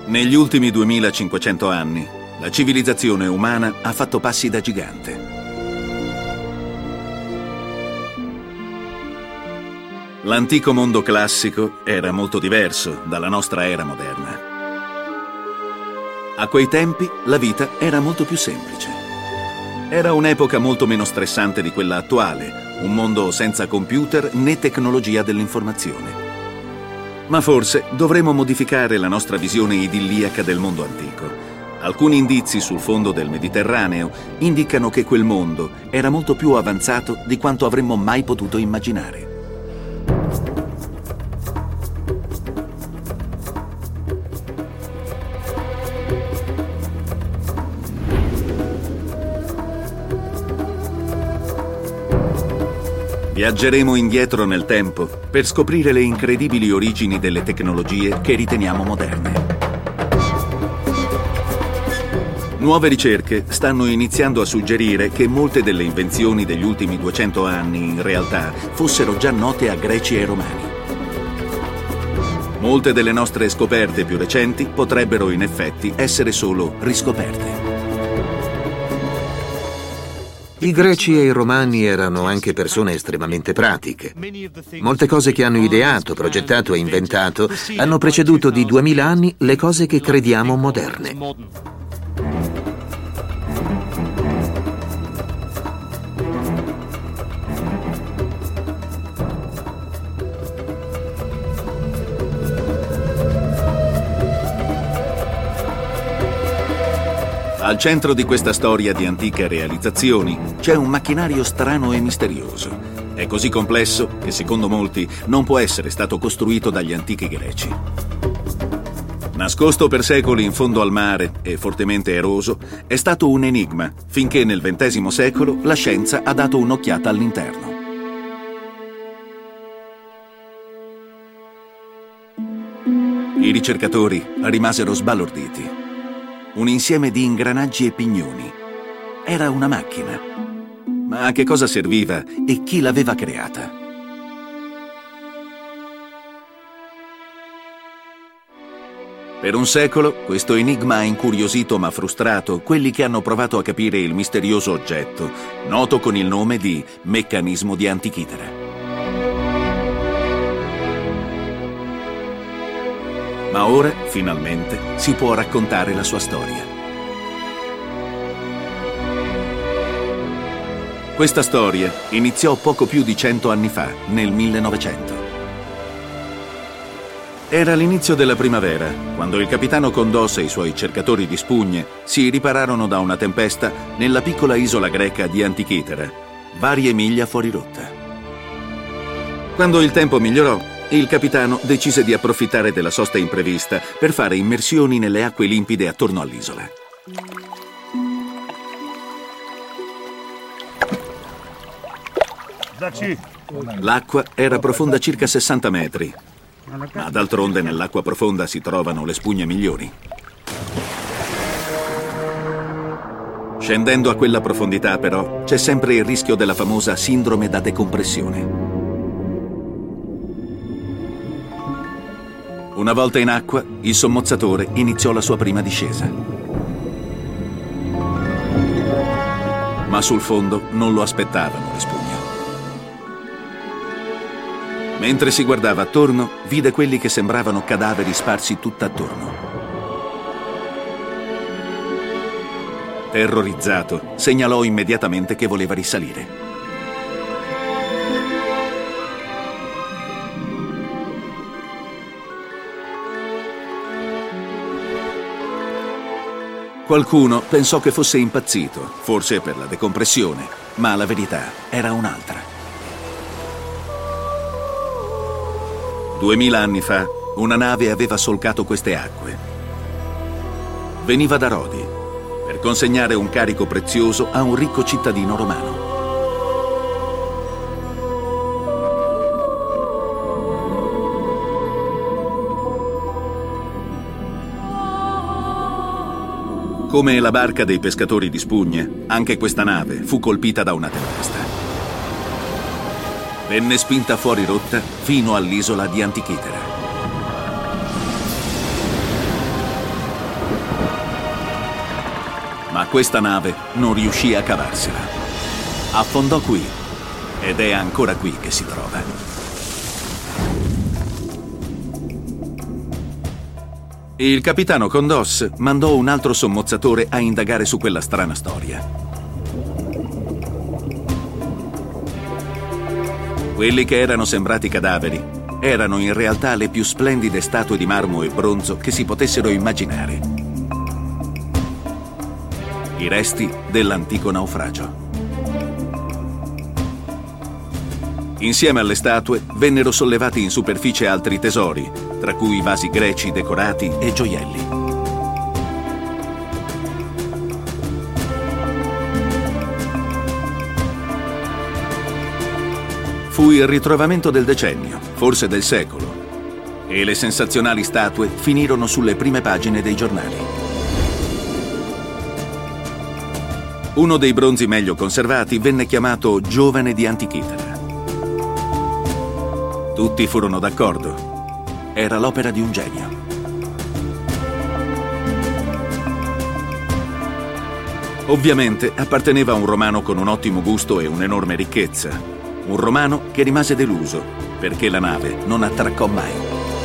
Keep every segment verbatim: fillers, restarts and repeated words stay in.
Negli ultimi duemilacinquecento anni, la civilizzazione umana ha fatto passi da gigante. L'antico mondo classico era molto diverso dalla nostra era moderna. A quei tempi la vita era molto più semplice. Era un'epoca molto meno stressante di quella attuale, un mondo senza computer né tecnologia dell'informazione. Ma forse dovremmo modificare la nostra visione idilliaca del mondo antico. Alcuni indizi sul fondo del Mediterraneo indicano che quel mondo era molto più avanzato di quanto avremmo mai potuto immaginare. Viaggeremo indietro nel tempo per scoprire le incredibili origini delle tecnologie che riteniamo moderne. Nuove ricerche stanno iniziando a suggerire che molte delle invenzioni degli ultimi duecento anni in realtà fossero già note a Greci e Romani. Molte delle nostre scoperte più recenti potrebbero in effetti essere solo riscoperte. I Greci e i Romani erano anche persone estremamente pratiche. Molte cose che hanno ideato, progettato e inventato hanno preceduto di duemila anni le cose che crediamo moderne. Al centro di questa storia di antiche realizzazioni c'è un macchinario strano e misterioso. È così complesso che, secondo molti, non può essere stato costruito dagli antichi greci. Nascosto per secoli in fondo al mare e fortemente eroso, è stato un enigma, finché nel ventesimo secolo la scienza ha dato un'occhiata all'interno. I ricercatori rimasero sbalorditi. Un insieme di ingranaggi e pignoni. Era una macchina. Ma a che cosa serviva e chi l'aveva creata? Per un secolo questo enigma ha incuriosito ma frustrato quelli che hanno provato a capire il misterioso oggetto, noto con il nome di meccanismo di Antichitera. Ma ora, finalmente, si può raccontare la sua storia. Questa storia iniziò poco più di cento anni fa, nel millenovecento. Era l'inizio della primavera, quando il capitano Condos e i suoi cercatori di spugne si ripararono da una tempesta nella piccola isola greca di Antichitera, varie miglia fuori rotta. Quando il tempo migliorò, il capitano decise di approfittare della sosta imprevista per fare immersioni nelle acque limpide attorno all'isola. L'acqua era profonda circa sessanta metri, ma d'altronde nell'acqua profonda si trovano le spugne migliori. Scendendo a quella profondità, però, c'è sempre il rischio della famosa sindrome da decompressione. Una volta in acqua, il sommozzatore iniziò la sua prima discesa. Ma sul fondo non lo aspettavano le spugne. Mentre si guardava attorno, vide quelli che sembravano cadaveri sparsi tutt'attorno. Terrorizzato, segnalò immediatamente che voleva risalire. Qualcuno pensò che fosse impazzito, forse per la decompressione, ma la verità era un'altra. Duemila anni fa, una nave aveva solcato queste acque. Veniva da Rodi, per consegnare un carico prezioso a un ricco cittadino romano. Come la barca dei pescatori di spugne, anche questa nave fu colpita da una tempesta. Venne spinta fuori rotta fino all'isola di Antichitera. questa nave non riuscì a cavarsela. Affondò qui ed è ancora qui che si trova. Il capitano Condos mandò un altro sommozzatore a indagare su quella strana storia. Quelli che erano sembrati cadaveri erano in realtà le più splendide statue di marmo e bronzo che si potessero immaginare. I resti dell'antico naufragio. Insieme alle statue vennero sollevati in superficie altri tesori, tra cui vasi greci decorati e gioielli. Fu il ritrovamento del decennio, forse del secolo, e le sensazionali statue finirono sulle prime pagine dei giornali. Uno dei bronzi meglio conservati venne chiamato Giovane di Antichitera. Tutti furono d'accordo. Era l'opera di un genio. Ovviamente apparteneva a un romano con un ottimo gusto e un'enorme ricchezza. Un romano che rimase deluso perché la nave non attraccò mai.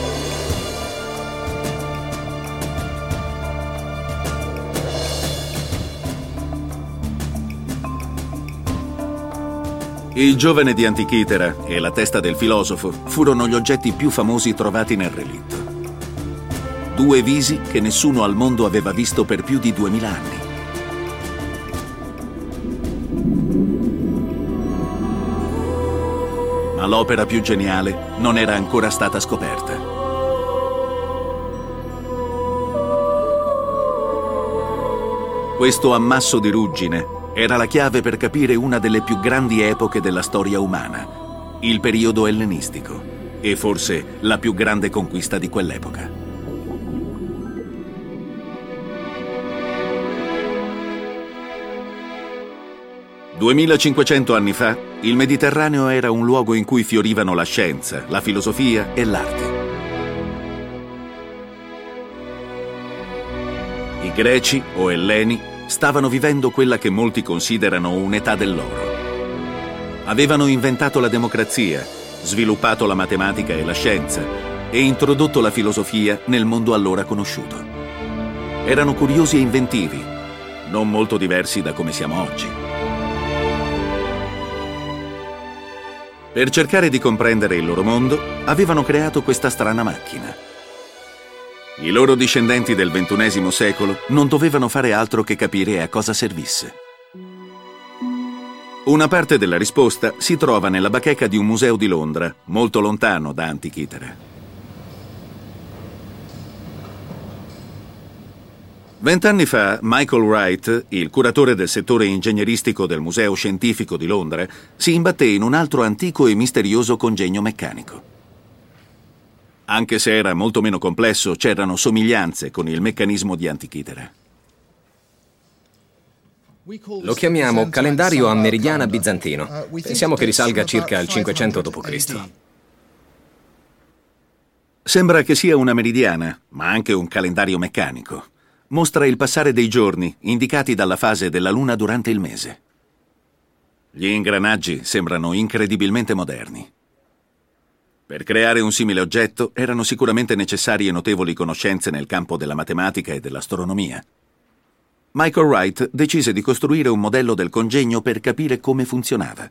Il giovane di Antichitera e la testa del filosofo furono gli oggetti più famosi trovati nel relitto. Due visi che nessuno al mondo aveva visto per più di duemila anni. Ma l'opera più geniale non era ancora stata scoperta. Questo ammasso di ruggine era la chiave per capire una delle più grandi epoche della storia umana, il periodo ellenistico, e forse la più grande conquista di quell'epoca. duemilacinquecento anni fa, il Mediterraneo era un luogo in cui fiorivano la scienza, la filosofia e l'arte. I greci o elleni stavano vivendo quella che molti considerano un'età dell'oro. Avevano inventato la democrazia, sviluppato la matematica e la scienza e introdotto la filosofia nel mondo allora conosciuto. Erano curiosi e inventivi, non molto diversi da come siamo oggi. Per cercare di comprendere il loro mondo, avevano creato questa strana macchina. I loro discendenti del ventunesimo secolo non dovevano fare altro che capire a cosa servisse. Una parte della risposta si trova nella bacheca di un museo di Londra, molto lontano da Antichitera. Vent'anni fa, Michael Wright, il curatore del settore ingegneristico del Museo Scientifico di Londra, si imbatté in un altro antico e misterioso congegno meccanico. Anche se era molto meno complesso, c'erano somiglianze con il meccanismo di Antichitera. Lo chiamiamo calendario a meridiana bizantino. Pensiamo che risalga circa al cinquecento dopo Cristo Sembra che sia una meridiana, ma anche un calendario meccanico. Mostra il passare dei giorni, indicati dalla fase della luna durante il mese. Gli ingranaggi sembrano incredibilmente moderni. Per creare un simile oggetto erano sicuramente necessarie notevoli conoscenze nel campo della matematica e dell'astronomia. Michael Wright decise di costruire un modello del congegno per capire come funzionava.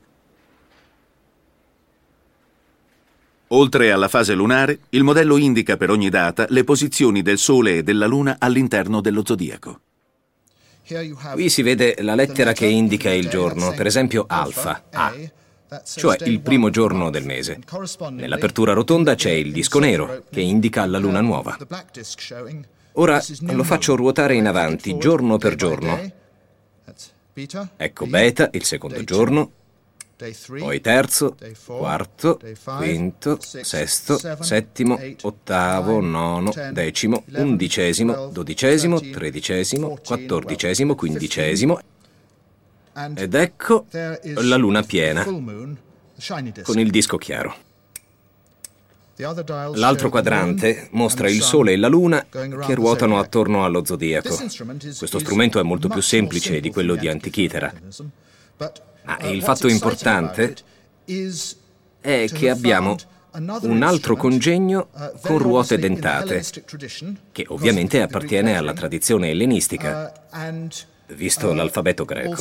Oltre alla fase lunare, il modello indica per ogni data le posizioni del Sole e della Luna all'interno dello zodiaco. Qui si vede la lettera che indica il giorno, per esempio alfa, A, cioè il primo giorno del mese. Nell'apertura rotonda c'è il disco nero, che indica la luna nuova. Ora lo faccio ruotare in avanti, giorno per giorno. Ecco beta, il secondo giorno, poi terzo, quarto, quinto, sesto, settimo, ottavo, nono, decimo, undicesimo, dodicesimo, tredicesimo, quattordicesimo, quindicesimo. Ed ecco la luna piena, con il disco chiaro. L'altro quadrante mostra il Sole e la Luna che ruotano attorno allo zodiaco. Questo strumento è molto più semplice di quello di Antichitera. Ma il fatto importante è che abbiamo un altro congegno con ruote dentate, che ovviamente appartiene alla tradizione ellenistica, visto l'alfabeto greco.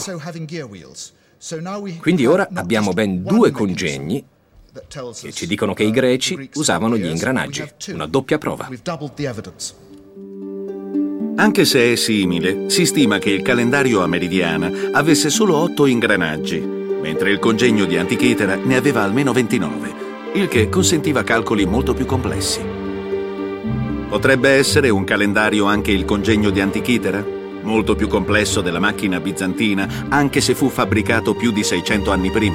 Quindi ora abbiamo ben due congegni che ci dicono che i greci usavano gli ingranaggi, una doppia prova. Anche se è simile, si stima che il calendario a meridiana avesse solo otto ingranaggi, mentre il congegno di Antichitera ne aveva almeno ventinove, il che consentiva calcoli molto più complessi. Potrebbe essere un calendario anche il congegno di Antichitera? Molto più complesso della macchina bizantina, anche se fu fabbricato più di seicento anni prima?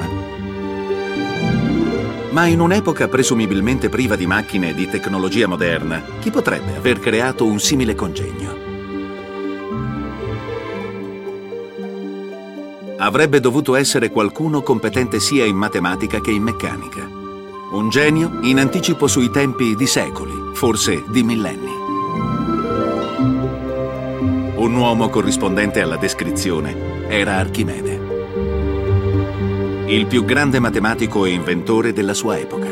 Ma in un'epoca presumibilmente priva di macchine e di tecnologia moderna, chi potrebbe aver creato un simile congegno? Avrebbe dovuto essere qualcuno competente sia in matematica che in meccanica. Un genio in anticipo sui tempi di secoli, forse di millenni. Un uomo corrispondente alla descrizione era Archimede, il più grande matematico e inventore della sua epoca.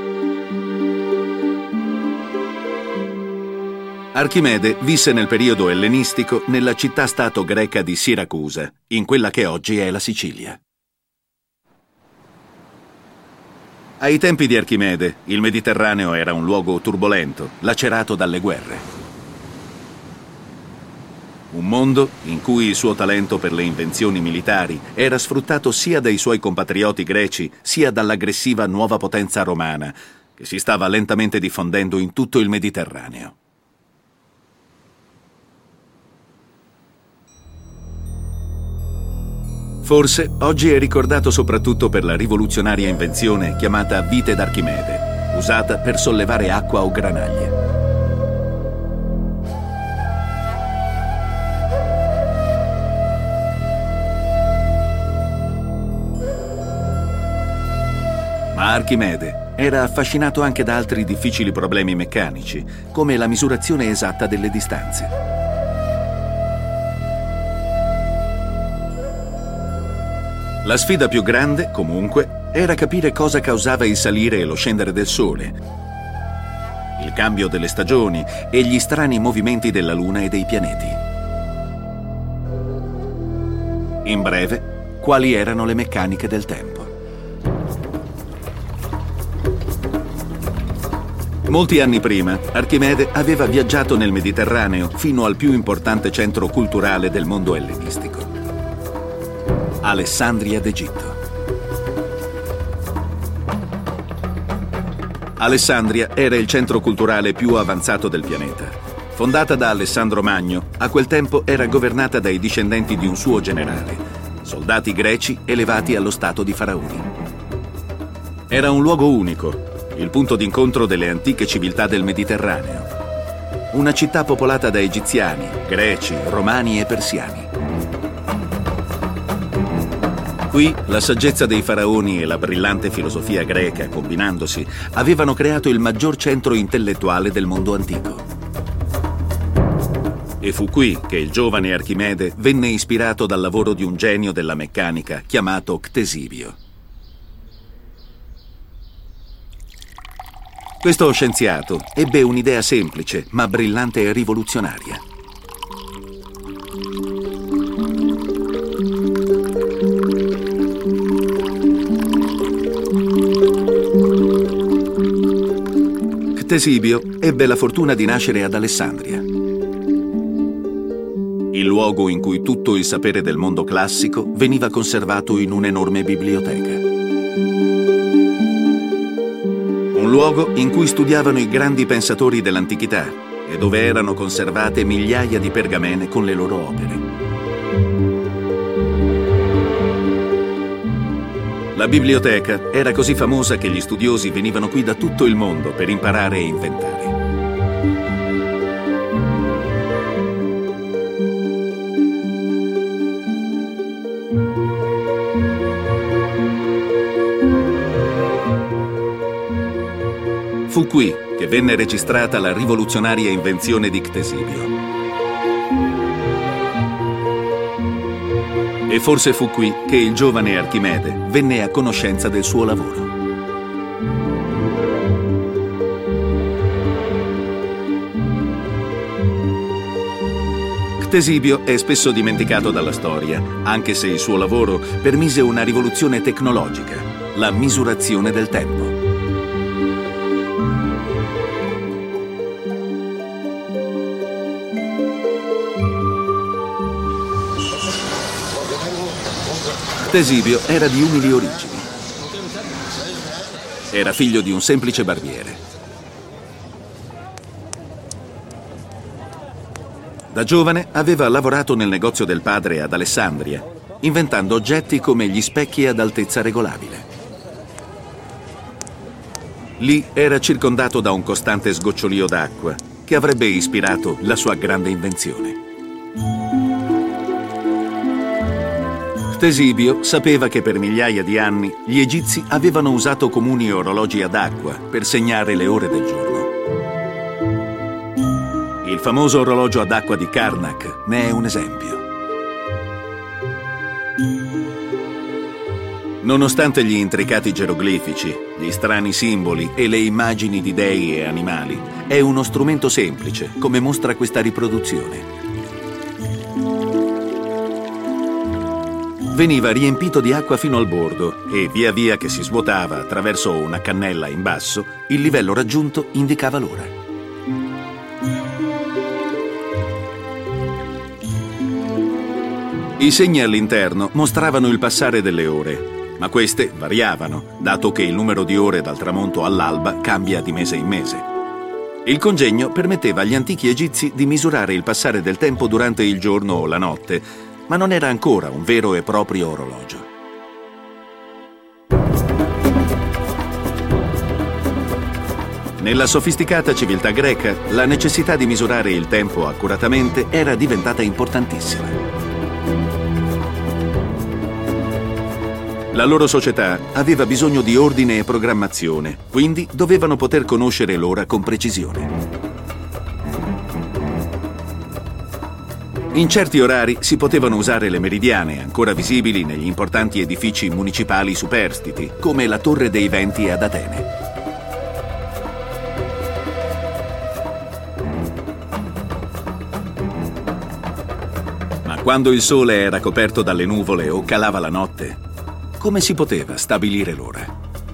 Archimede visse nel periodo ellenistico nella città-stato greca di Siracusa, in quella che oggi è la Sicilia. Ai tempi di Archimede, il Mediterraneo era un luogo turbolento, lacerato dalle guerre. Un mondo in cui il suo talento per le invenzioni militari era sfruttato sia dai suoi compatrioti greci, sia dall'aggressiva nuova potenza romana, che si stava lentamente diffondendo in tutto il Mediterraneo. Forse oggi è ricordato soprattutto per la rivoluzionaria invenzione chiamata vite d'Archimede, usata per sollevare acqua o granaglie. Ma Archimede era affascinato anche da altri difficili problemi meccanici, come la misurazione esatta delle distanze. La sfida più grande, comunque, era capire cosa causava il salire e lo scendere del Sole, il cambio delle stagioni e gli strani movimenti della Luna e dei pianeti. In breve, quali erano le meccaniche del tempo. Molti anni prima, Archimede aveva viaggiato nel Mediterraneo fino al più importante centro culturale del mondo ellenistico, Alessandria d'Egitto. Alessandria era il centro culturale più avanzato del pianeta. Fondata da Alessandro Magno, a quel tempo era governata dai discendenti di un suo generale, soldati greci elevati allo stato di faraoni. Era un luogo unico, il punto d'incontro delle antiche civiltà del Mediterraneo. Una città popolata da egiziani, greci, romani e persiani. Qui la saggezza dei faraoni e la brillante filosofia greca, combinandosi, avevano creato il maggior centro intellettuale del mondo antico. E fu qui che il giovane Archimede venne ispirato dal lavoro di un genio della meccanica chiamato Ctesibio. Questo scienziato ebbe un'idea semplice, ma brillante e rivoluzionaria. Ctesibio ebbe la fortuna di nascere ad Alessandria, il luogo in cui tutto il sapere del mondo classico veniva conservato in un'enorme biblioteca. Un luogo in cui studiavano i grandi pensatori dell'antichità e dove erano conservate migliaia di pergamene con le loro opere. La biblioteca era così famosa che gli studiosi venivano qui da tutto il mondo per imparare e inventare. Fu qui che venne registrata la rivoluzionaria invenzione di Ctesibio. E forse fu qui che il giovane Archimede venne a conoscenza del suo lavoro. Ctesibio è spesso dimenticato dalla storia, anche se il suo lavoro permise una rivoluzione tecnologica, la misurazione del tempo. Ctesibio era di umili origini. Era figlio di un semplice barbiere. Da giovane aveva lavorato nel negozio del padre ad Alessandria, inventando oggetti come gli specchi ad altezza regolabile. Lì era circondato da un costante sgocciolio d'acqua che avrebbe ispirato la sua grande invenzione. Ctesibio sapeva che per migliaia di anni gli egizi avevano usato comuni orologi ad acqua per segnare le ore del giorno. Il famoso orologio ad acqua di Karnak ne è un esempio. Nonostante gli intricati geroglifici, gli strani simboli e le immagini di dei e animali, è uno strumento semplice, come mostra questa riproduzione. Veniva riempito di acqua fino al bordo e via via che si svuotava attraverso una cannella in basso, il livello raggiunto indicava l'ora. I segni all'interno mostravano il passare delle ore, ma queste variavano, dato che il numero di ore dal tramonto all'alba cambia di mese in mese. Il congegno permetteva agli antichi egizi di misurare il passare del tempo durante il giorno o la notte, ma non era ancora un vero e proprio orologio. Nella sofisticata civiltà greca, la necessità di misurare il tempo accuratamente era diventata importantissima. La loro società aveva bisogno di ordine e programmazione, quindi dovevano poter conoscere l'ora con precisione. In certi orari si potevano usare le meridiane, ancora visibili negli importanti edifici municipali superstiti, come la Torre dei Venti ad Atene. Ma quando il sole era coperto dalle nuvole o calava la notte, come si poteva stabilire l'ora?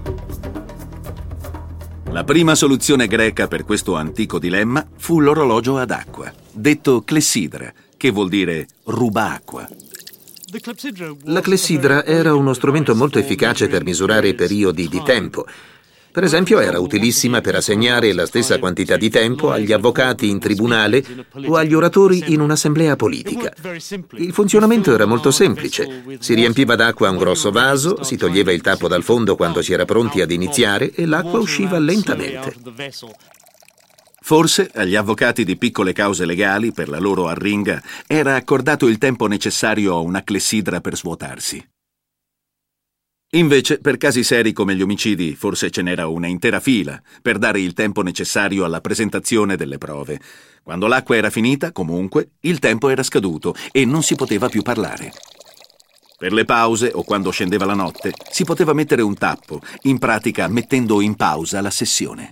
La prima soluzione greca per questo antico dilemma fu l'orologio ad acqua, detto clessidra, che vuol dire rubacqua. La clessidra era uno strumento molto efficace per misurare i periodi di tempo. Per esempio, era utilissima per assegnare la stessa quantità di tempo agli avvocati in tribunale o agli oratori in un'assemblea politica. Il funzionamento era molto semplice. Si riempiva d'acqua un grosso vaso, si toglieva il tappo dal fondo quando si era pronti ad iniziare e l'acqua usciva lentamente. Forse agli avvocati di piccole cause legali, per la loro arringa, era accordato il tempo necessario a una clessidra per svuotarsi. Invece, per casi seri come gli omicidi, forse ce n'era una intera fila per dare il tempo necessario alla presentazione delle prove. Quando l'acqua era finita, comunque, il tempo era scaduto e non si poteva più parlare. Per le pause o quando scendeva la notte, si poteva mettere un tappo, in pratica mettendo in pausa la sessione.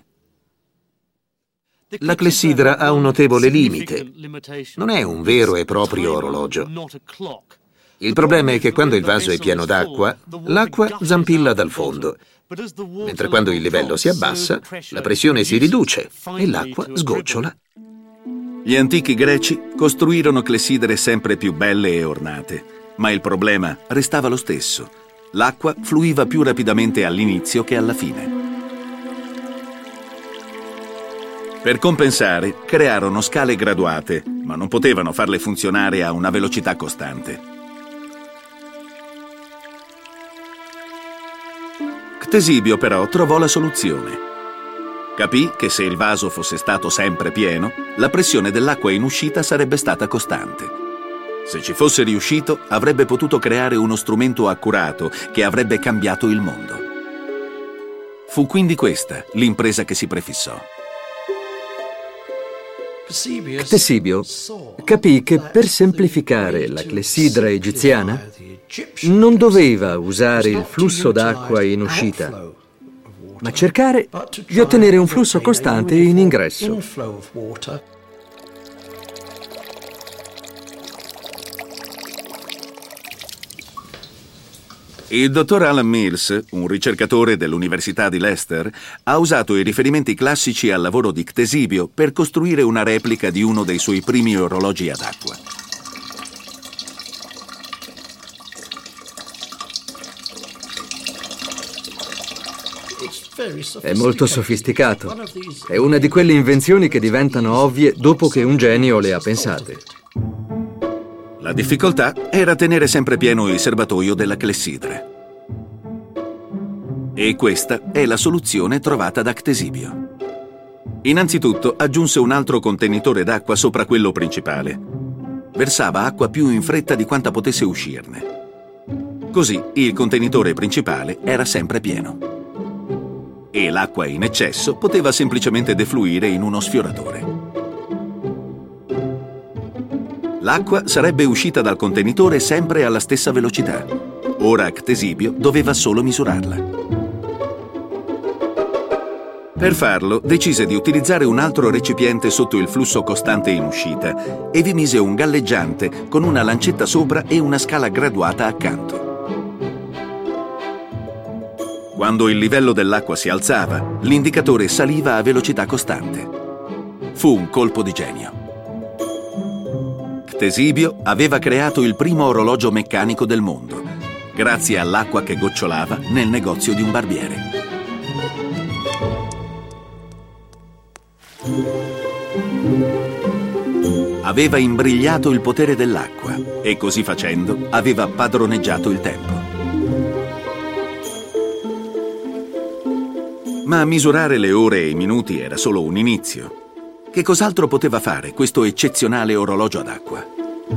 La clessidra ha un notevole limite. Non è un vero e proprio orologio. Il problema è che quando il vaso è pieno d'acqua, l'acqua zampilla dal fondo, mentre quando il livello si abbassa, la pressione si riduce e l'acqua sgocciola. Gli antichi greci costruirono clessidre sempre più belle e ornate, ma il problema restava lo stesso. L'acqua fluiva più rapidamente all'inizio che alla fine. Per compensare, crearono scale graduate, ma non potevano farle funzionare a una velocità costante. Ctesibio però trovò la soluzione. Capì che se il vaso fosse stato sempre pieno, la pressione dell'acqua in uscita sarebbe stata costante. Se ci fosse riuscito, avrebbe potuto creare uno strumento accurato che avrebbe cambiato il mondo. Fu quindi questa l'impresa che si prefissò. Ctesibio capì che per semplificare la clessidra egiziana non doveva usare il flusso d'acqua in uscita, ma cercare di ottenere un flusso costante in ingresso. Il dottor Alan Mills, un ricercatore dell'Università di Leicester, ha usato i riferimenti classici al lavoro di Ctesibio per costruire una replica di uno dei suoi primi orologi ad acqua. È molto sofisticato. È una di quelle invenzioni che diventano ovvie dopo che un genio le ha pensate. La difficoltà era tenere sempre pieno il serbatoio della clessidra. E questa è la soluzione trovata da Ctesibio. Innanzitutto aggiunse un altro contenitore d'acqua sopra quello principale. Versava acqua più in fretta di quanta potesse uscirne. Così il contenitore principale era sempre pieno. E l'acqua in eccesso poteva semplicemente defluire in uno sfioratore. L'acqua sarebbe uscita dal contenitore sempre alla stessa velocità. Ora Ctesibio doveva solo misurarla. Per farlo, decise di utilizzare un altro recipiente sotto il flusso costante in uscita e vi mise un galleggiante con una lancetta sopra e una scala graduata accanto. Quando il livello dell'acqua si alzava, l'indicatore saliva a velocità costante. Fu un colpo di genio. Ctesibio aveva creato il primo orologio meccanico del mondo, grazie all'acqua che gocciolava nel negozio di un barbiere. Aveva imbrigliato il potere dell'acqua e così facendo aveva padroneggiato il tempo. Ma misurare le ore e i minuti era solo un inizio. Che cos'altro poteva fare questo eccezionale orologio ad acqua?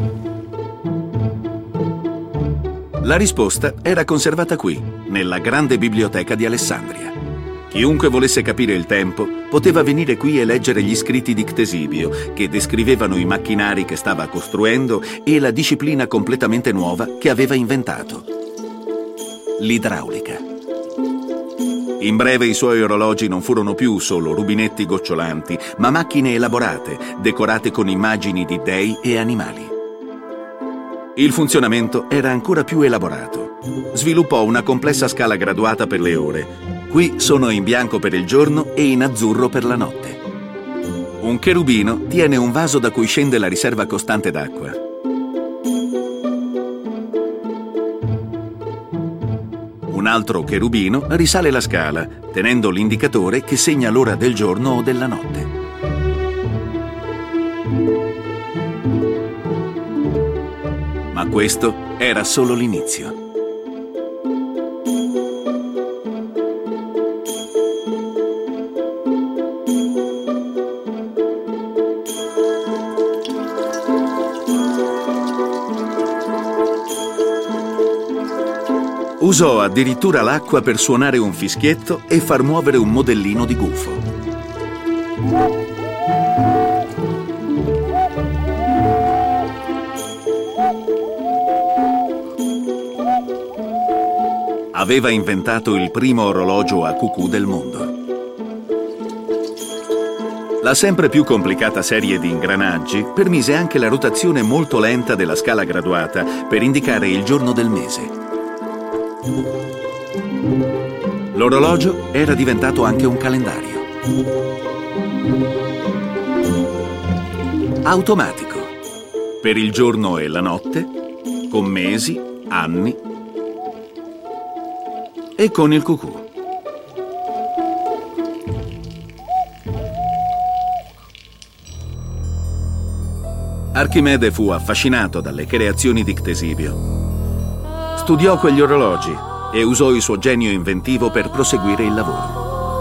La risposta era conservata qui, nella grande biblioteca di Alessandria. Chiunque volesse capire il tempo poteva venire qui e leggere gli scritti di Ctesibio, che descrivevano i macchinari che stava costruendo e la disciplina completamente nuova che aveva inventato: l'idraulica. In breve i suoi orologi non furono più solo rubinetti gocciolanti, ma macchine elaborate, decorate con immagini di dei e animali. Il funzionamento era ancora più elaborato. Sviluppò una complessa scala graduata per le ore. Qui sono in bianco per il giorno e in azzurro per la notte. Un cherubino tiene un vaso da cui scende la riserva costante d'acqua. Un altro cherubino risale la scala, tenendo l'indicatore che segna l'ora del giorno o della notte. Ma questo era solo l'inizio. Usò addirittura l'acqua per suonare un fischietto e far muovere un modellino di gufo. Aveva inventato il primo orologio a cucù del mondo. La sempre più complicata serie di ingranaggi permise anche la rotazione molto lenta della scala graduata per indicare il giorno del mese. L'orologio era diventato anche un calendario. Automatico, per il giorno e la notte, con mesi, anni e con il cucù. Archimede fu affascinato dalle creazioni di Ctesibio. Studiò quegli orologi e usò il suo genio inventivo per proseguire il lavoro.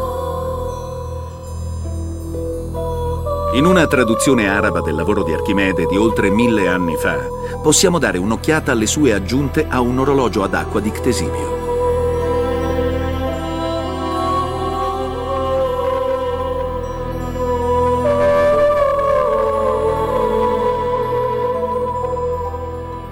In una traduzione araba del lavoro di Archimede di oltre mille anni fa, possiamo dare un'occhiata alle sue aggiunte a un orologio ad acqua di Ctesibio.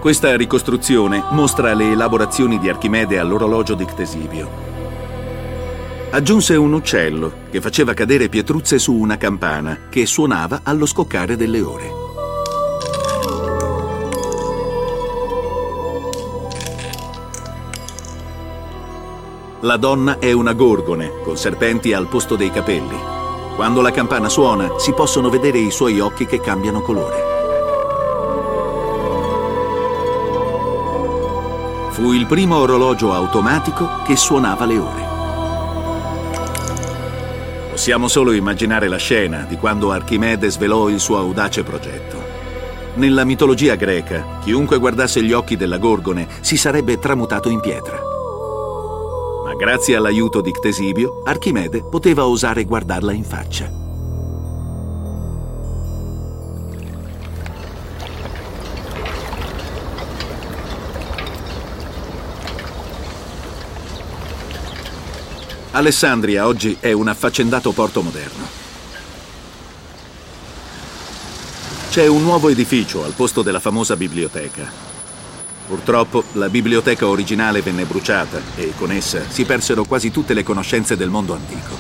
Questa ricostruzione mostra le elaborazioni di Archimede all'orologio di Ctesibio. Aggiunse un uccello che faceva cadere pietruzze su una campana che suonava allo scoccare delle ore. La donna è una gorgone con serpenti al posto dei capelli. Quando la campana suona, si possono vedere i suoi occhi che cambiano colore. Fu il primo orologio automatico che suonava le ore. Possiamo solo immaginare la scena di quando Archimede svelò il suo audace progetto. Nella mitologia greca, chiunque guardasse gli occhi della gorgone si sarebbe tramutato in pietra. Ma grazie all'aiuto di Ctesibio, Archimede poteva osare guardarla in faccia. Alessandria oggi è un affaccendato porto moderno. C'è un nuovo edificio al posto della famosa biblioteca. Purtroppo la biblioteca originale venne bruciata e con essa si persero quasi tutte le conoscenze del mondo antico.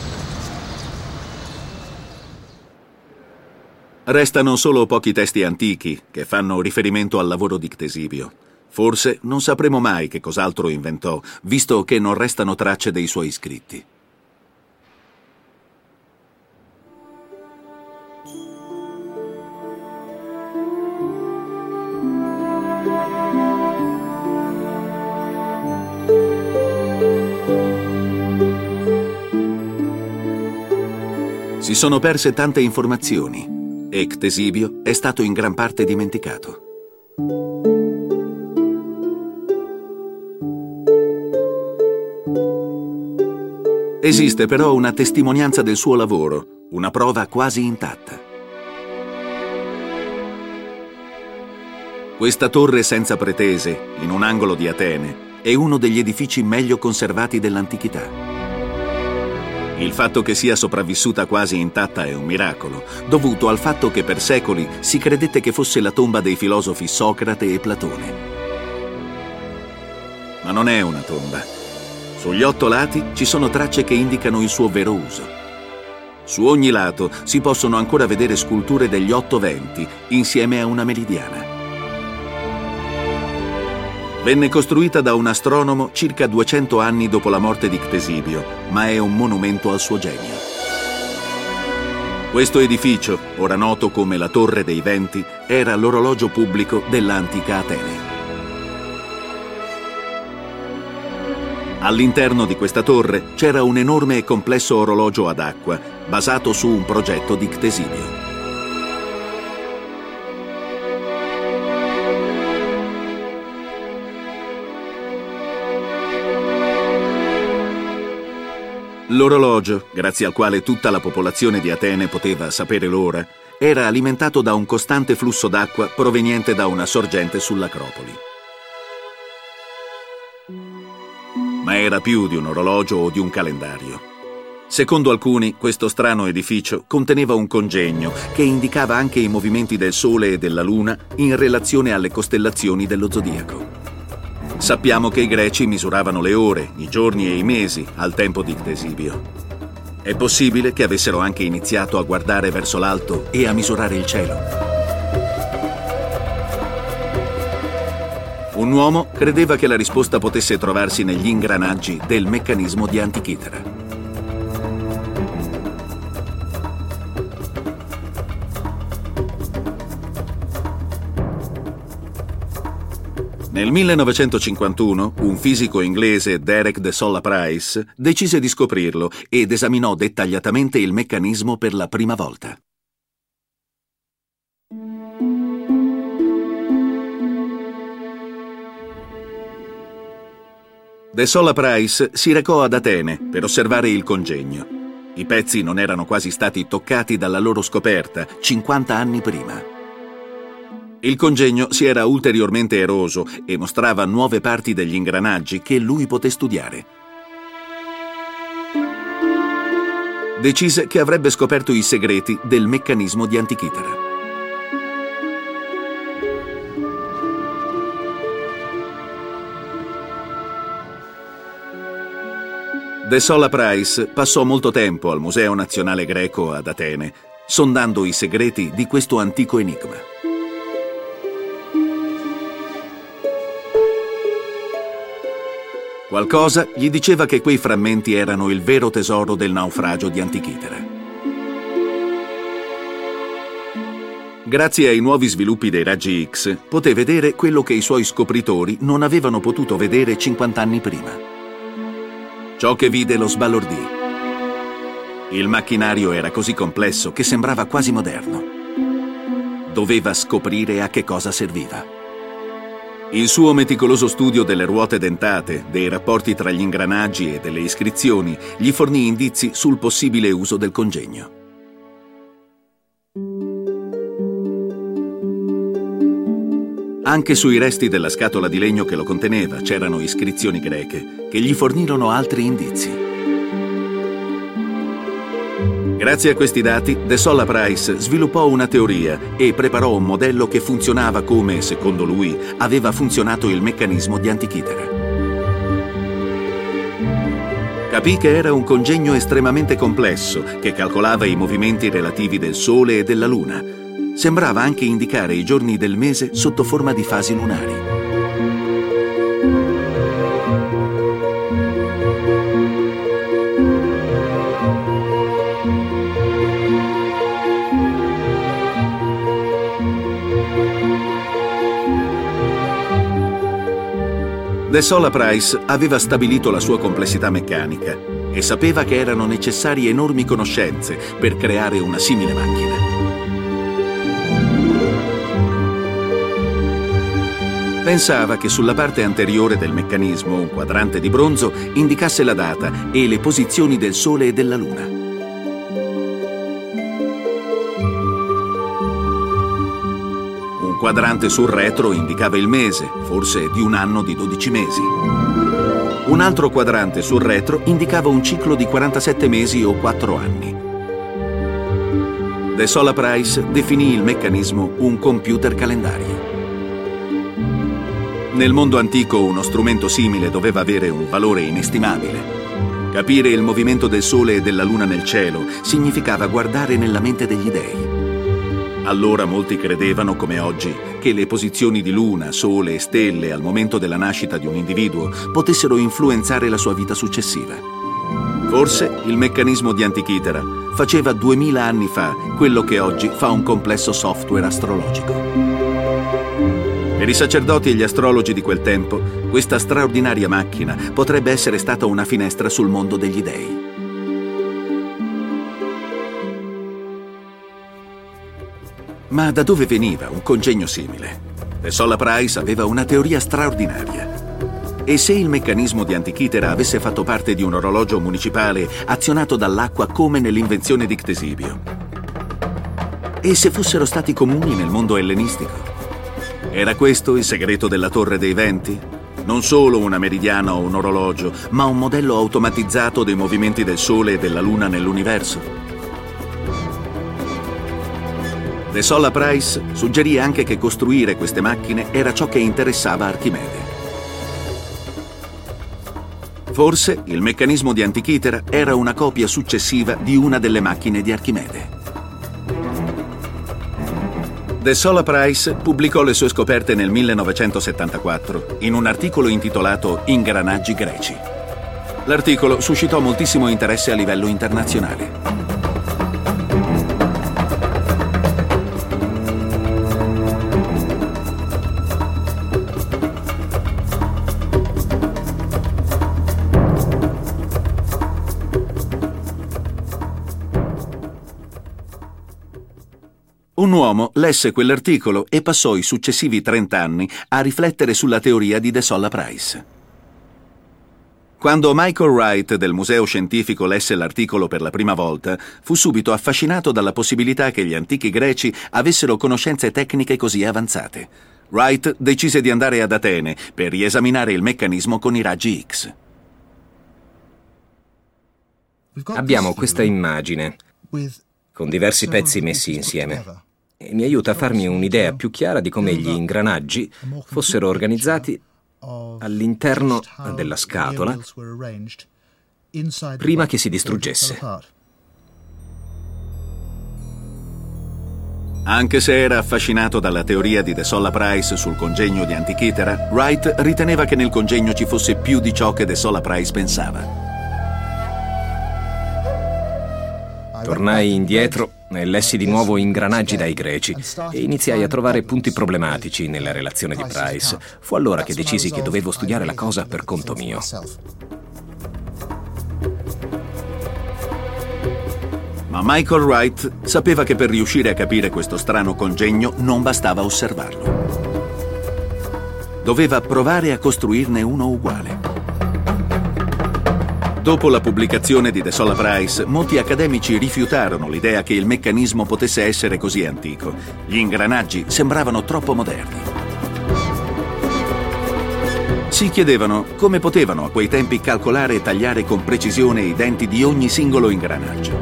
Restano solo pochi testi antichi che fanno riferimento al lavoro di Ctesibio. Forse non sapremo mai che cos'altro inventò, visto che non restano tracce dei suoi scritti. Si sono perse tante informazioni e Ctesibio è stato in gran parte dimenticato. Esiste però una testimonianza del suo lavoro, una prova quasi intatta. Questa torre senza pretese, in un angolo di Atene, è uno degli edifici meglio conservati dell'antichità. Il fatto che sia sopravvissuta quasi intatta è un miracolo, dovuto al fatto che per secoli si credette che fosse la tomba dei filosofi Socrate e Platone. Ma non è una tomba. Sugli otto lati ci sono tracce che indicano il suo vero uso. Su ogni lato si possono ancora vedere sculture degli otto venti insieme a una meridiana. Venne costruita da un astronomo circa duecento anni dopo la morte di Ctesibio, ma è un monumento al suo genio. Questo edificio, ora noto come la Torre dei Venti, era l'orologio pubblico dell'antica Atene. All'interno di questa torre c'era un enorme e complesso orologio ad acqua, basato su un progetto di Ctesibio. L'orologio, grazie al quale tutta la popolazione di Atene poteva sapere l'ora, era alimentato da un costante flusso d'acqua proveniente da una sorgente sull'Acropoli. Ma era più di un orologio o di un calendario. Secondo alcuni, questo strano edificio conteneva un congegno che indicava anche i movimenti del Sole e della Luna in relazione alle costellazioni dello zodiaco. Sappiamo che i greci misuravano le ore, i giorni e i mesi al tempo di Ctesibio. È possibile che avessero anche iniziato a guardare verso l'alto e a misurare il cielo. Un uomo credeva che la risposta potesse trovarsi negli ingranaggi del meccanismo di Antichitera. Nel millenovecentocinquantuno, un fisico inglese, Derek de Solla Price, decise di scoprirlo ed esaminò dettagliatamente il meccanismo per la prima volta. De Solla Price si recò ad Atene per osservare il congegno. I pezzi non erano quasi stati toccati dalla loro scoperta cinquanta anni prima. Il congegno si era ulteriormente eroso e mostrava nuove parti degli ingranaggi che lui poté studiare. Decise che avrebbe scoperto i segreti del meccanismo di Antichitera. De Solla Price passò molto tempo al Museo Nazionale Greco ad Atene, sondando i segreti di questo antico enigma. Qualcosa gli diceva che quei frammenti erano il vero tesoro del naufragio di Antichitera. Grazie ai nuovi sviluppi dei raggi X, poté vedere quello che i suoi scopritori non avevano potuto vedere cinquant'anni prima. Ciò che vide lo sbalordì. Il macchinario era così complesso che sembrava quasi moderno. Doveva scoprire a che cosa serviva. Il suo meticoloso studio delle ruote dentate, dei rapporti tra gli ingranaggi e delle iscrizioni gli fornì indizi sul possibile uso del congegno. Anche sui resti della scatola di legno che lo conteneva c'erano iscrizioni greche che gli fornirono altri indizi. Grazie a questi dati, De Solla Price sviluppò una teoria e preparò un modello che funzionava come, secondo lui, aveva funzionato il meccanismo di Antichitera. Capì che era un congegno estremamente complesso che calcolava i movimenti relativi del Sole e della Luna. Sembrava anche indicare i giorni del mese sotto forma di fasi lunari. De Solla Price aveva stabilito la sua complessità meccanica e sapeva che erano necessarie enormi conoscenze per creare una simile macchina. Pensava che sulla parte anteriore del meccanismo un quadrante di bronzo indicasse la data e le posizioni del Sole e della Luna. Un quadrante sul retro indicava il mese, forse di un anno di dodici mesi. Un altro quadrante sul retro indicava un ciclo di quarantasette mesi o quattro anni. De Solla Price definì il meccanismo un computer calendario. Nel mondo antico uno strumento simile doveva avere un valore inestimabile. Capire il movimento del Sole e della Luna nel cielo significava guardare nella mente degli dei. Allora molti credevano, come oggi, che le posizioni di Luna, Sole e stelle al momento della nascita di un individuo potessero influenzare la sua vita successiva. Forse il meccanismo di Antichitera faceva duemila anni fa quello che oggi fa un complesso software astrologico. Per i sacerdoti e gli astrologi di quel tempo, questa straordinaria macchina potrebbe essere stata una finestra sul mondo degli dei. Ma da dove veniva un congegno simile? De Solla Price aveva una teoria straordinaria. E se il meccanismo di Antichitera avesse fatto parte di un orologio municipale azionato dall'acqua come nell'invenzione di Ctesibio? E se fossero stati comuni nel mondo ellenistico? Era questo il segreto della Torre dei Venti? Non solo una meridiana o un orologio, ma un modello automatizzato dei movimenti del Sole e della Luna nell'universo? De Solla Price suggerì anche che costruire queste macchine era ciò che interessava Archimede. Forse il meccanismo di Antichitera era una copia successiva di una delle macchine di Archimede. De Solla Price pubblicò le sue scoperte nel millenovecentosettantaquattro in un articolo intitolato Ingranaggi greci. L'articolo suscitò moltissimo interesse a livello internazionale. Un uomo lesse quell'articolo e passò i successivi trent'anni a riflettere sulla teoria di De Solla Price. Quando Michael Wright del Museo Scientifico lesse l'articolo per la prima volta, fu subito affascinato dalla possibilità che gli antichi greci avessero conoscenze tecniche così avanzate. Wright decise di andare ad Atene per riesaminare il meccanismo con i raggi X. Abbiamo questa immagine con diversi pezzi messi insieme e mi aiuta a farmi un'idea più chiara di come gli ingranaggi fossero organizzati all'interno della scatola prima che si distruggesse. Anche se era affascinato dalla teoria di De Solla Price sul congegno di Antikythera, Wright riteneva che nel congegno ci fosse più di ciò che De Solla Price pensava. Tornai indietro e lessi di nuovo Ingranaggi dai Greci e iniziai a trovare punti problematici nella relazione di Price. Fu allora che decisi che dovevo studiare la cosa per conto mio. Ma Michael Wright sapeva che per riuscire a capire questo strano congegno non bastava osservarlo. Doveva provare a costruirne uno uguale. Dopo la pubblicazione di De Solla Price, molti accademici rifiutarono l'idea che il meccanismo potesse essere così antico. Gli ingranaggi sembravano troppo moderni. Si chiedevano come potevano a quei tempi calcolare e tagliare con precisione i denti di ogni singolo ingranaggio.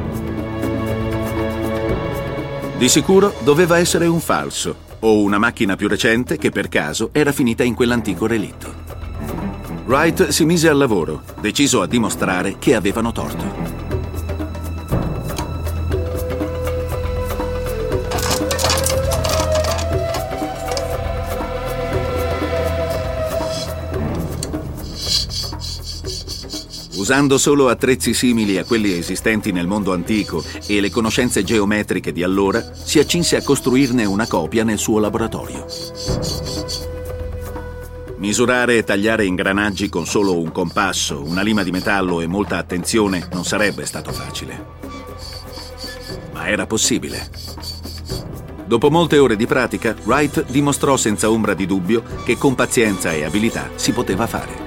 Di sicuro doveva essere un falso o una macchina più recente che per caso era finita in quell'antico relitto. Wright si mise al lavoro, deciso a dimostrare che avevano torto. Usando solo attrezzi simili a quelli esistenti nel mondo antico e le conoscenze geometriche di allora, si accinse a costruirne una copia nel suo laboratorio. Misurare e tagliare ingranaggi con solo un compasso, una lima di metallo e molta attenzione non sarebbe stato facile. Ma era possibile. Dopo molte ore di pratica, Wright dimostrò senza ombra di dubbio che con pazienza e abilità si poteva fare.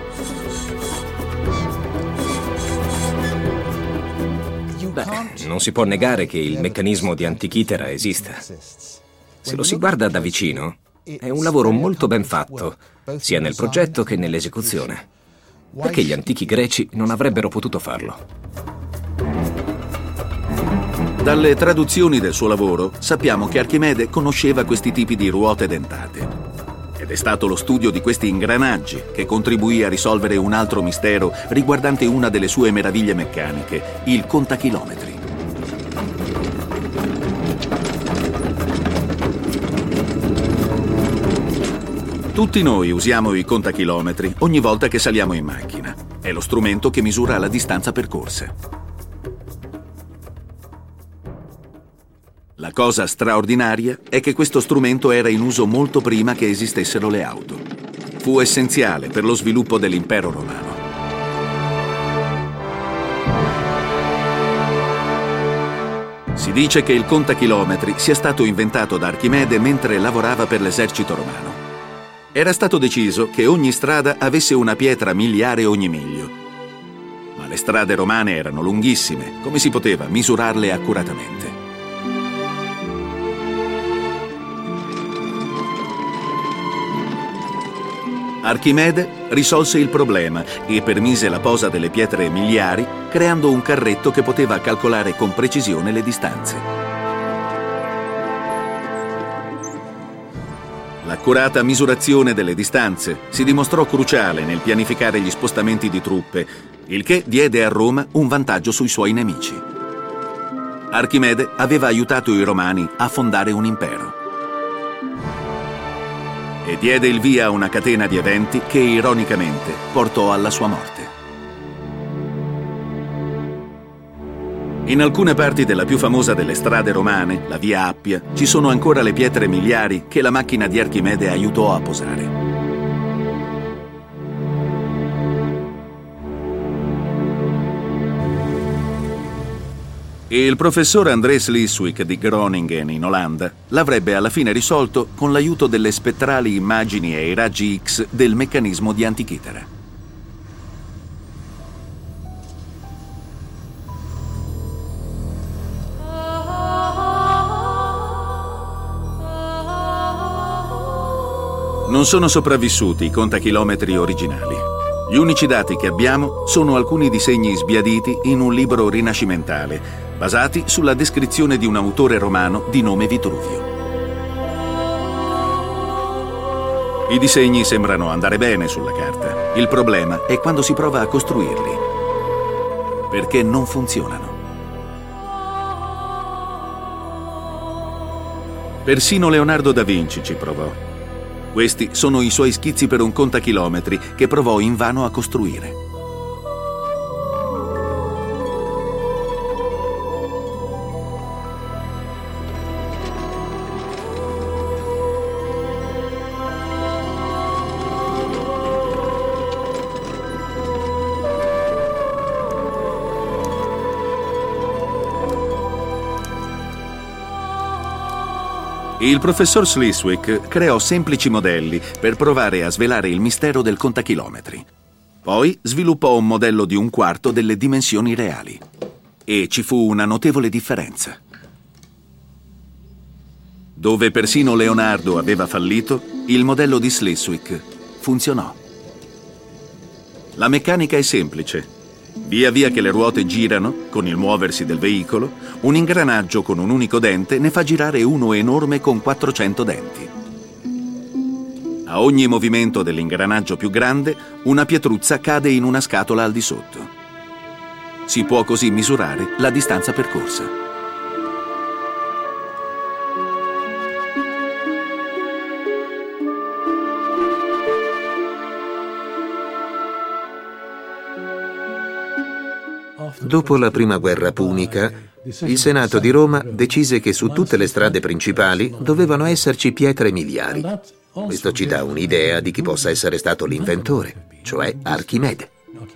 Beh, non si può negare che il meccanismo di Antikythera esista. Se lo si guarda da vicino, è un lavoro molto ben fatto, sia nel progetto che nell'esecuzione. Perché gli antichi greci non avrebbero potuto farlo? Dalle traduzioni del suo lavoro sappiamo che Archimede conosceva questi tipi di ruote dentate. Ed è stato lo studio di questi ingranaggi che contribuì a risolvere un altro mistero riguardante una delle sue meraviglie meccaniche, il contachilometri. Tutti noi usiamo i contachilometri ogni volta che saliamo in macchina. È lo strumento che misura la distanza percorsa. La cosa straordinaria è che questo strumento era in uso molto prima che esistessero le auto. Fu essenziale per lo sviluppo dell'impero romano. Si dice che il contachilometri sia stato inventato da Archimede mentre lavorava per l'esercito romano. Era stato deciso che ogni strada avesse una pietra miliare ogni miglio. Ma le strade romane erano lunghissime, come si poteva misurarle accuratamente? Archimede risolse il problema e permise la posa delle pietre miliari, creando un carretto che poteva calcolare con precisione le distanze. L'accurata misurazione delle distanze si dimostrò cruciale nel pianificare gli spostamenti di truppe, il che diede a Roma un vantaggio sui suoi nemici. Archimede aveva aiutato i Romani a fondare un impero. E diede il via a una catena di eventi che, ironicamente, portò alla sua morte. In alcune parti della più famosa delle strade romane, la via Appia, ci sono ancora le pietre miliari che la macchina di Archimede aiutò a posare. Il professor Andreas Lyswijk di Groningen in Olanda l'avrebbe alla fine risolto con l'aiuto delle spettrali immagini e i raggi X del meccanismo di Antikythera. Non sono sopravvissuti i contachilometri originali. Gli unici dati che abbiamo sono alcuni disegni sbiaditi in un libro rinascimentale, basati sulla descrizione di un autore romano di nome Vitruvio. I disegni sembrano andare bene sulla carta. Il problema è quando si prova a costruirli. perché non funzionano. Persino Leonardo da Vinci ci provò. Questi sono i suoi schizzi per un contachilometri che provò invano a costruire. Il professor Sleeswick creò semplici modelli per provare a svelare il mistero del contachilometri. Poi sviluppò un modello di un quarto delle dimensioni reali. E ci fu una notevole differenza. Dove persino Leonardo aveva fallito, il modello di Sleeswick funzionò. La meccanica è semplice. Via via che le ruote girano, con il muoversi del veicolo, un ingranaggio con un unico dente ne fa girare uno enorme con quattrocento denti. A ogni movimento dell'ingranaggio più grande, una pietruzza cade in una scatola al di sotto. Si può così misurare la distanza percorsa. Dopo la prima guerra punica, il Senato di Roma decise che su tutte le strade principali dovevano esserci pietre miliari. Questo ci dà un'idea di chi possa essere stato l'inventore, cioè Archimede.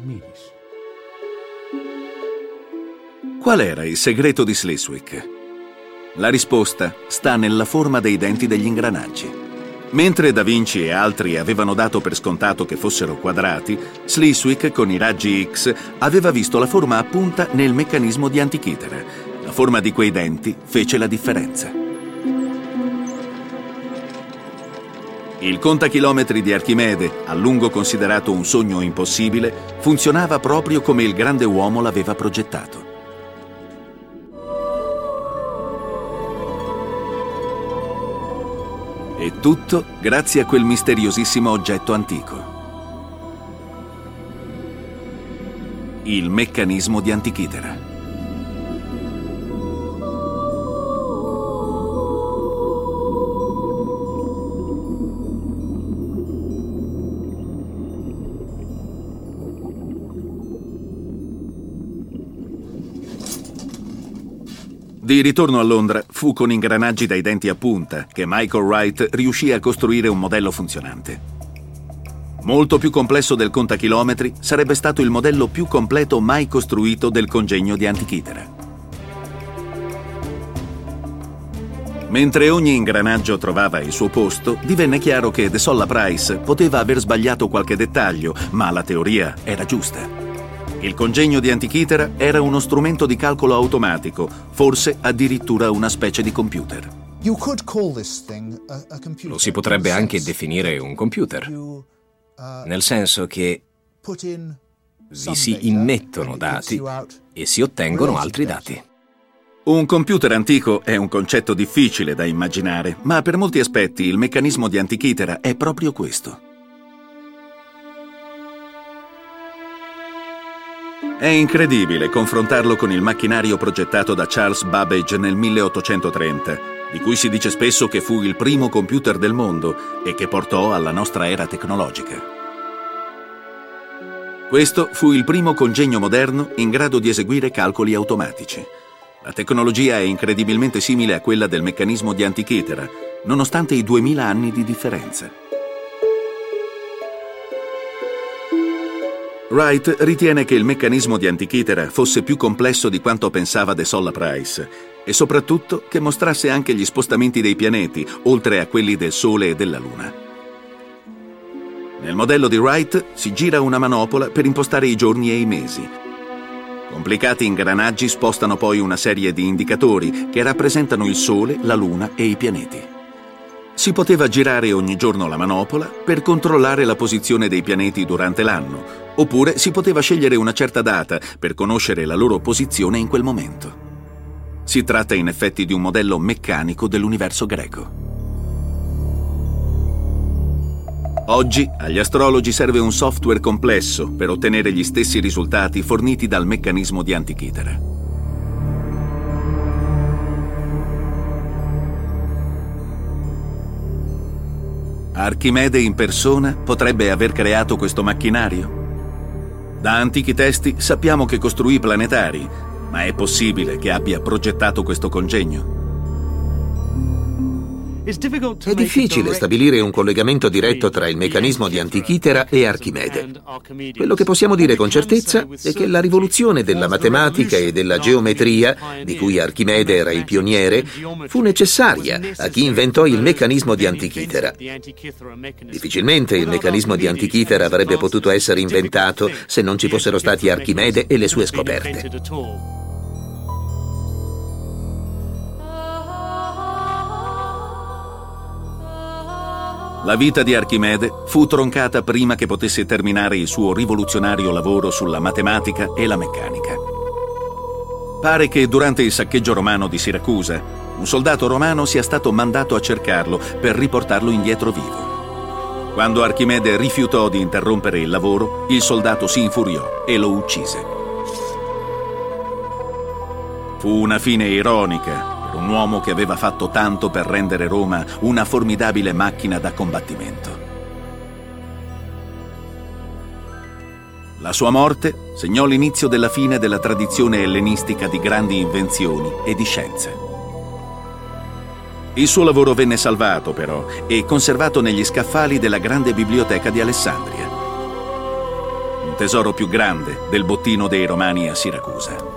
Qual era il segreto di Sleeswick? La risposta sta nella forma dei denti degli ingranaggi. Mentre Da Vinci e altri avevano dato per scontato che fossero quadrati, Sleeswick con i raggi X aveva visto la forma a punta nel meccanismo di Antichitera. La forma di quei denti fece la differenza. Il contachilometri di Archimede, a lungo considerato un sogno impossibile, funzionava proprio come il grande uomo l'aveva progettato. E tutto grazie a quel misteriosissimo oggetto antico. Il meccanismo di Antichitera. Di ritorno a Londra, fu con ingranaggi dai denti a punta che Michael Wright riuscì a costruire un modello funzionante. Molto più complesso del contachilometri, sarebbe stato il modello più completo mai costruito del congegno di Antichitera. Mentre ogni ingranaggio trovava il suo posto, divenne chiaro che De Solla Price poteva aver sbagliato qualche dettaglio, ma la teoria era giusta. Il congegno di Antichitera era uno strumento di calcolo automatico, forse addirittura una specie di computer. Lo si potrebbe anche definire un computer, nel senso che vi si immettono dati e si ottengono altri dati. Un computer antico è un concetto difficile da immaginare, ma per molti aspetti il meccanismo di Antichitera è proprio questo. È incredibile confrontarlo con il macchinario progettato da Charles Babbage nel milleottocentotrenta, di cui si dice spesso che fu il primo computer del mondo e che portò alla nostra era tecnologica. Questo fu il primo congegno moderno in grado di eseguire calcoli automatici. La tecnologia è incredibilmente simile a quella del meccanismo di Antichitera, nonostante i duemila anni di differenza. Wright ritiene che il meccanismo di Antichitera fosse più complesso di quanto pensava De Solla Price e soprattutto che mostrasse anche gli spostamenti dei pianeti, oltre a quelli del Sole e della Luna. Nel modello di Wright si gira una manopola per impostare i giorni e i mesi. Complicati ingranaggi spostano poi una serie di indicatori che rappresentano il Sole, la Luna e i pianeti. Si poteva girare ogni giorno la manopola per controllare la posizione dei pianeti durante l'anno, oppure si poteva scegliere una certa data per conoscere la loro posizione in quel momento. Si tratta in effetti di un modello meccanico dell'universo greco. Oggi agli astrologi serve un software complesso per ottenere gli stessi risultati forniti dal meccanismo di Antichitera. Archimede in persona potrebbe aver creato questo macchinario? Da antichi testi sappiamo che costruì planetari, ma è possibile che abbia progettato questo congegno? È difficile stabilire un collegamento diretto tra il meccanismo di Antichitera e Archimede. Quello che possiamo dire con certezza è che la rivoluzione della matematica e della geometria, di cui Archimede era il pioniere, fu necessaria a chi inventò il meccanismo di Antichitera. Difficilmente il meccanismo di Antichitera avrebbe potuto essere inventato se non ci fossero stati Archimede e le sue scoperte. La vita di Archimede fu troncata prima che potesse terminare il suo rivoluzionario lavoro sulla matematica e la meccanica. Pare che durante il saccheggio romano di Siracusa, un soldato romano sia stato mandato a cercarlo per riportarlo indietro vivo. Quando Archimede rifiutò di interrompere il lavoro, il soldato si infuriò e lo uccise. Fu una fine ironica per un uomo che aveva fatto tanto per rendere Roma una formidabile macchina da combattimento. La sua morte segnò l'inizio della fine della tradizione ellenistica di grandi invenzioni e di scienze. Il suo lavoro venne salvato, però, e conservato negli scaffali della grande biblioteca di Alessandria, un tesoro più grande del bottino dei Romani a Siracusa.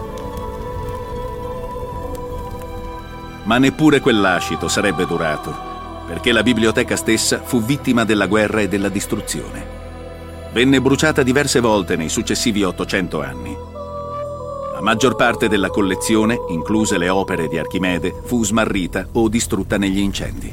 Ma neppure quel lascito sarebbe durato, perché la biblioteca stessa fu vittima della guerra e della distruzione. Venne bruciata diverse volte nei successivi ottocento anni. La maggior parte della collezione, incluse le opere di Archimede, fu smarrita o distrutta negli incendi.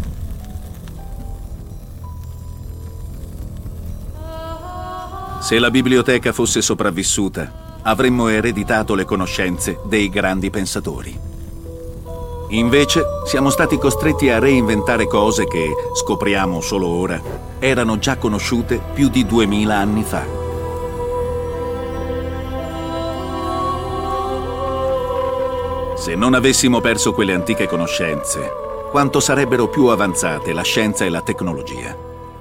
Se la biblioteca fosse sopravvissuta, avremmo ereditato le conoscenze dei grandi pensatori. Invece siamo stati costretti a reinventare cose che, scopriamo solo ora, erano già conosciute più di duemila anni fa. Se non avessimo perso quelle antiche conoscenze, quanto sarebbero più avanzate la scienza e la tecnologia?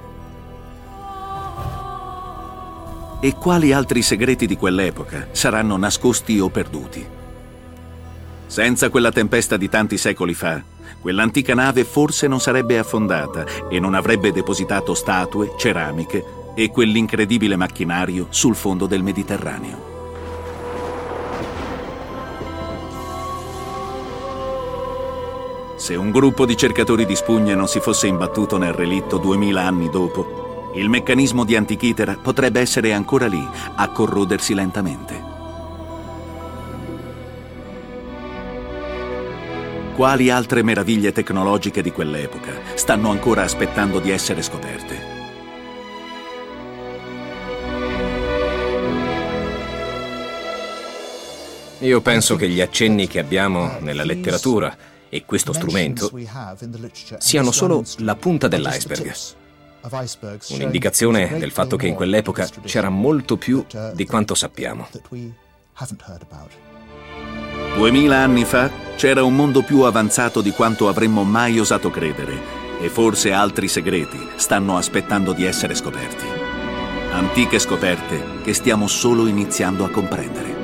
E quali altri segreti di quell'epoca saranno nascosti o perduti? Senza quella tempesta di tanti secoli fa, quell'antica nave forse non sarebbe affondata e non avrebbe depositato statue, ceramiche e quell'incredibile macchinario sul fondo del Mediterraneo. Se un gruppo di cercatori di spugne non si fosse imbattuto nel relitto duemila anni dopo, il meccanismo di Antichitera potrebbe essere ancora lì, a corrodersi lentamente. Quali altre meraviglie tecnologiche di quell'epoca stanno ancora aspettando di essere scoperte? Io penso che gli accenni che abbiamo nella letteratura e questo strumento siano solo la punta dell'iceberg. Un'indicazione del fatto che in quell'epoca c'era molto più di quanto sappiamo. Duemila anni fa c'era un mondo più avanzato di quanto avremmo mai osato credere e forse altri segreti stanno aspettando di essere scoperti. Antiche scoperte che stiamo solo iniziando a comprendere.